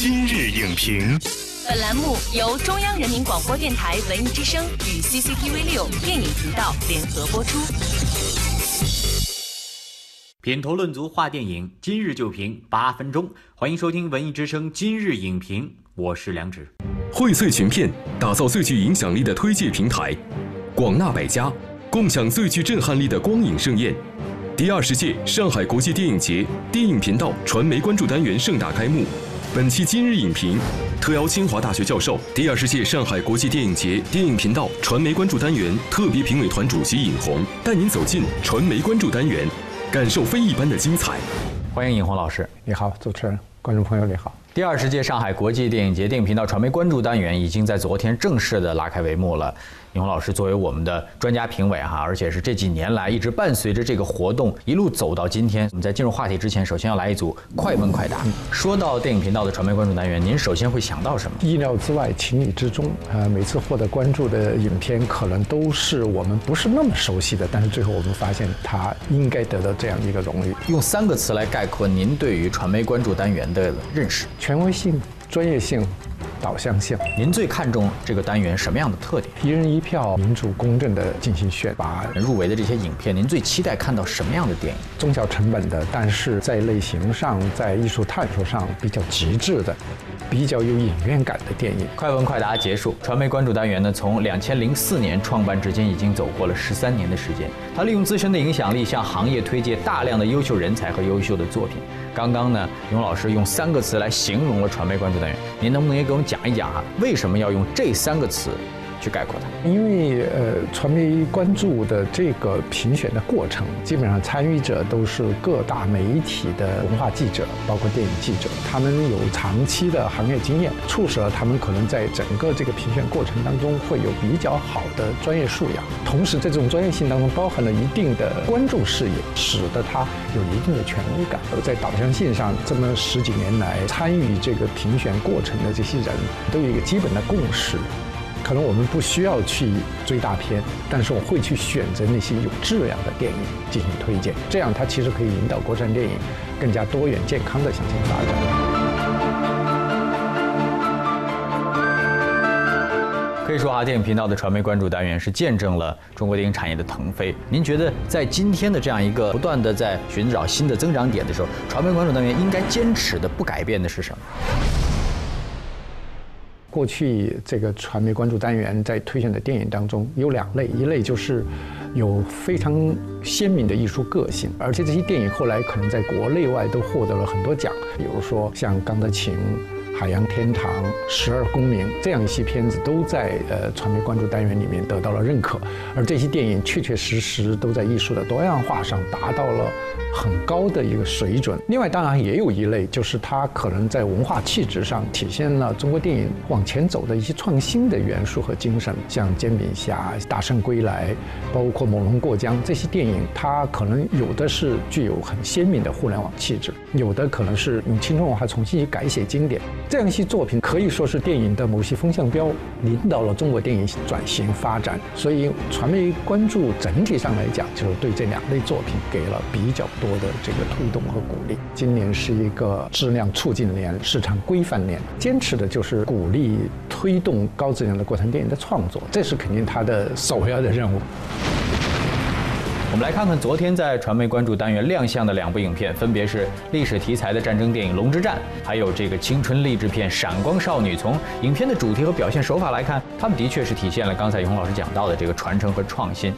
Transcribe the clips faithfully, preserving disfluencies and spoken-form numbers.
今日影评。 本栏目由中央人民广播电台文艺之声与 C C T V 六电影频道联合播出。 品头论足话电影，今日就评八分钟。欢迎收听文艺之声今日影评，我是梁植。 荟萃群片，打造最具影响力的推介平台，广纳百家，共享最具震撼力的光影盛宴。第二十届上海国际电影节电影频道传媒关注单元盛大开幕。本期今日影评特邀清华大学教授、第二十届上海国际电影节电影频道传媒关注单元特别评委团主席尹红，带您走进传媒关注单元，感受非一般的精彩。 欢迎尹红老师。 你好，主持人，观众朋友你好。 第二十届上海国际电影节电影频道传媒关注单元已经在昨天正式的拉开帷幕了。尹红老师作为我们的专家评委哈，而且是这几年来一直伴随着这个活动一路走到今天。我们在进入话题之前，首先要来一组快问快答。说到电影频道的传媒关注单元，您首先会想到什么？ 意料之外，情理之中。呃，每次获得关注的影片，可能都是我们不是那么熟悉的，但是最后我们发现它应该得到这样一个荣誉。 用三个词来概括您对于传媒关注单元的认识： 权威性、专业性、导向性。 您最看重这个单元什么样的特点？ 一人一票，民主公正的进行选拔。 入围的这些影片，您最期待看到什么样的电影？ 中小成本的，但是在类型上、在艺术探索上比较极致的、比较有影院感的电影。 快问快答结束。传媒关注单元呢，从两千零四年创办至今，已经走过了十三年的时间。它利用自身的影响力，向行业推荐大量的优秀人才和优秀的作品。刚刚呢，尹老师用三个词来形容了传媒关注单元，您能不能也给我们讲一讲啊？为什么要用这三个词去概括它？ 因为呃，传媒关注的这个评选的过程，基本上参与者都是各大媒体的文化记者，包括电影记者，他们有长期的行业经验，促使了他们可能在整个这个评选过程当中会有比较好的专业素养。同时，在这种专业性当中包含了一定的观众视野，使得他有一定的权威感。而在导向性上，这么十几年来参与这个评选过程的这些人都有一个基本的共识。可能我们不需要去追大片，但是我会去选择那些有质量的电影进行推荐，这样它其实可以引导国产电影更加多元健康的向前发展。 可以说啊，电影频道的传媒关注单元是见证了中国电影产业的腾飞。您觉得在今天的这样一个不断的在寻找新的增长点的时候，传媒关注单元应该坚持的不改变的是什么？ 过去这个传媒关注单元在推选的电影当中有两类，一类就是有非常鲜明的艺术个性，而且这些电影后来可能在国内外都获得了很多奖，比如说像《钢的琴》、海洋天堂、十二公民这样一些片子都在呃传媒关注单元里面得到了认可，而这些电影确确实实都在艺术的多样化上达到了很高的一个水准。另外当然也有一类，就是它可能在文化气质上体现了中国电影往前走的一些创新的元素和精神，像《煎饼侠》、《大圣归来》，包括《猛龙过江》这些电影，它可能有的是具有很鲜明的互联网气质，有的可能是用青春文化重新改写经典。这样一些作品可以说是电影的某些风向标，领导了中国电影转型发展。所以传媒关注整体上来讲，就是对这两类作品给了比较多的这个推动和鼓励。今年是一个质量促进年、市场规范年，坚持的就是鼓励推动高质量的国产电影的创作，这是肯定它的首要的任务。 我们来看看昨天在传媒关注单元亮相的两部影片，分别是历史题材的战争电影《龙之战》，还有这个青春励志片《闪光少女》。从影片的主题和表现手法来看，他们的确是体现了刚才尹红老师讲到的这个传承和创新。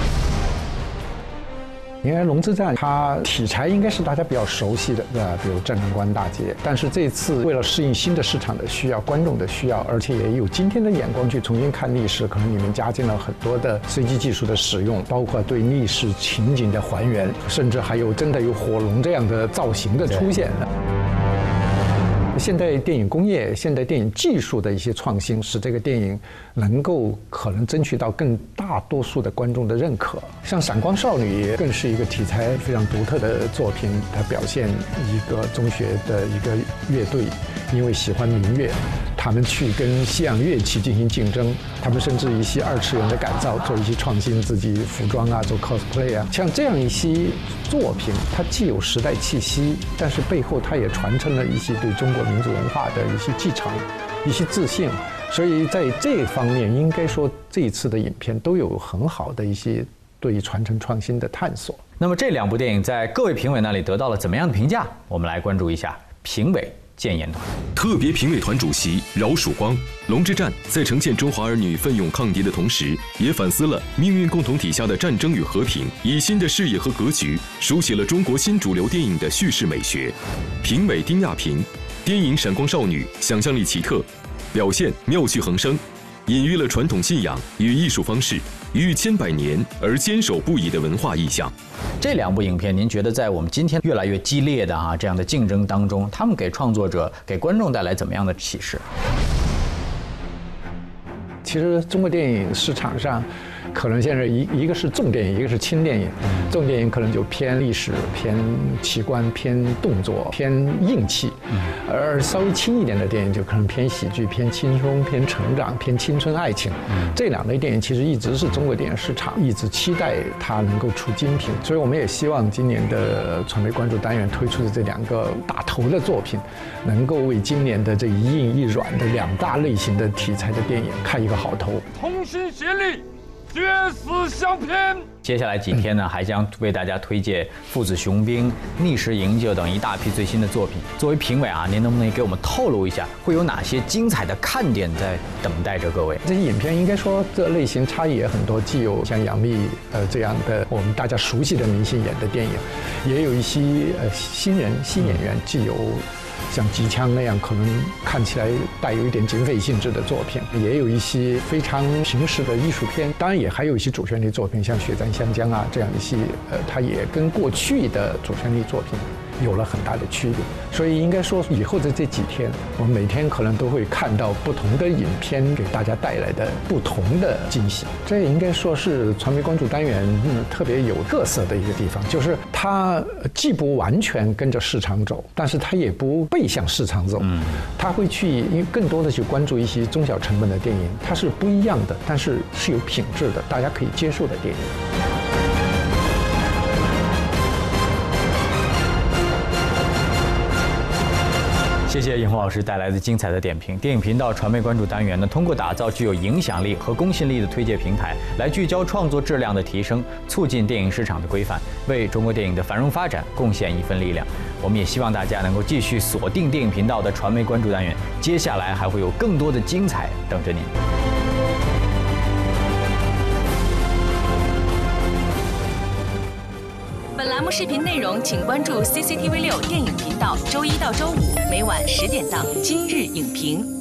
因为《龙之战》它题材应该是大家比较熟悉的，呃，比如战争观大捷。但是这次为了适应新的市场的需要、观众的需要，而且也有今天的眼光去重新看历史，可能里面加进了很多的 C G 技术的使用，包括对历史情景的还原，甚至还有真的有火龙这样的造型的出现的。现代电影工业、现代电影技术的一些创新，使这个电影能够可能争取到更大多数的观众的认可。像《闪光少女》更是一个题材非常独特的作品，它表现一个中学的一个乐队，因为喜欢民乐， 他们去跟西洋乐器进行竞争，他们甚至一些二次元的改造，做一些创新，自己服装啊，做 cosplay 啊，像这样一些作品，它既有时代气息，但是背后它也传承了一些对中国民族文化的一些继承，一些自信。所以在这方面，应该说这一次的影片都有很好的一些对于传承创新的探索。 那么这两部电影在各位评委那里得到了怎么样的评价？我们来关注一下评委建言团。 特别评委团主席饶曙光、龙之战在呈现中华儿女奋勇抗敌的同时，也反思了命运共同体下的战争与和平，以新的视野和格局，书写了中国新主流电影的叙事美学。评委丁亚平，电影《闪光少女》想象力奇特，表现妙趣横生，隐喻了传统信仰与艺术方式逾千百年而坚守不移的文化意象。 这两部影片，您觉得在我们今天越来越激烈的啊这样的竞争当中，他们给创作者、给观众带来怎么样的启示？ 其实中国电影市场上，可能现在一一个是重电影，一个是轻电影。重电影可能就偏历史、偏奇观、偏动作、偏硬气，而稍微轻一点的电影就可能偏喜剧、偏轻松、偏成长、偏青春爱情。这两类电影其实一直是中国电影市场一直期待它能够出精品，所以我们也希望今年的传媒关注单元推出的这两个打头的作品，能够为今年的这一硬一软的两大类型的题材的电影开一个好头。 同心协力，决死相拼。 接下来几天呢，还将为大家推荐《父子雄兵》《逆时营救》等一大批最新的作品。作为评委啊，您能不能给我们透露一下，会有哪些精彩的看点在等待着各位？ 这些影片应该说这类型差异也很多，既有像杨幂呃这样的我们大家熟悉的明星演的电影，也有一些呃新人新演员，既有像机枪那样可能看起来带有一点警匪性质的作品，也有一些非常平实的艺术片，当然也还有一些主旋律作品，像《血战湘江》啊这样一些，呃，它也跟过去的主旋律作品有了很大的区别。所以应该说，以后的这几天，我们每天可能都会看到不同的影片给大家带来的不同的惊喜。这应该说是传媒关注单元、嗯、特别有特色的一个地方，就是它既不完全跟着市场走，但是它也不背向市场走，嗯，它会去因为更多的去关注一些中小成本的电影，它是不一样的，但是是有品质的，大家可以接受的电影。 谢谢尹红老师带来的精彩的点评。电影频道传媒关注单元呢，通过打造具有影响力和公信力的推介平台，来聚焦创作质量的提升，促进电影市场的规范，为中国电影的繁荣发展贡献一份力量。我们也希望大家能够继续锁定电影频道的传媒关注单元，接下来还会有更多的精彩等着您。 本栏目视频内容，请关注 C C T V 六电影频道，周一到周五每晚十点档《今日影评》。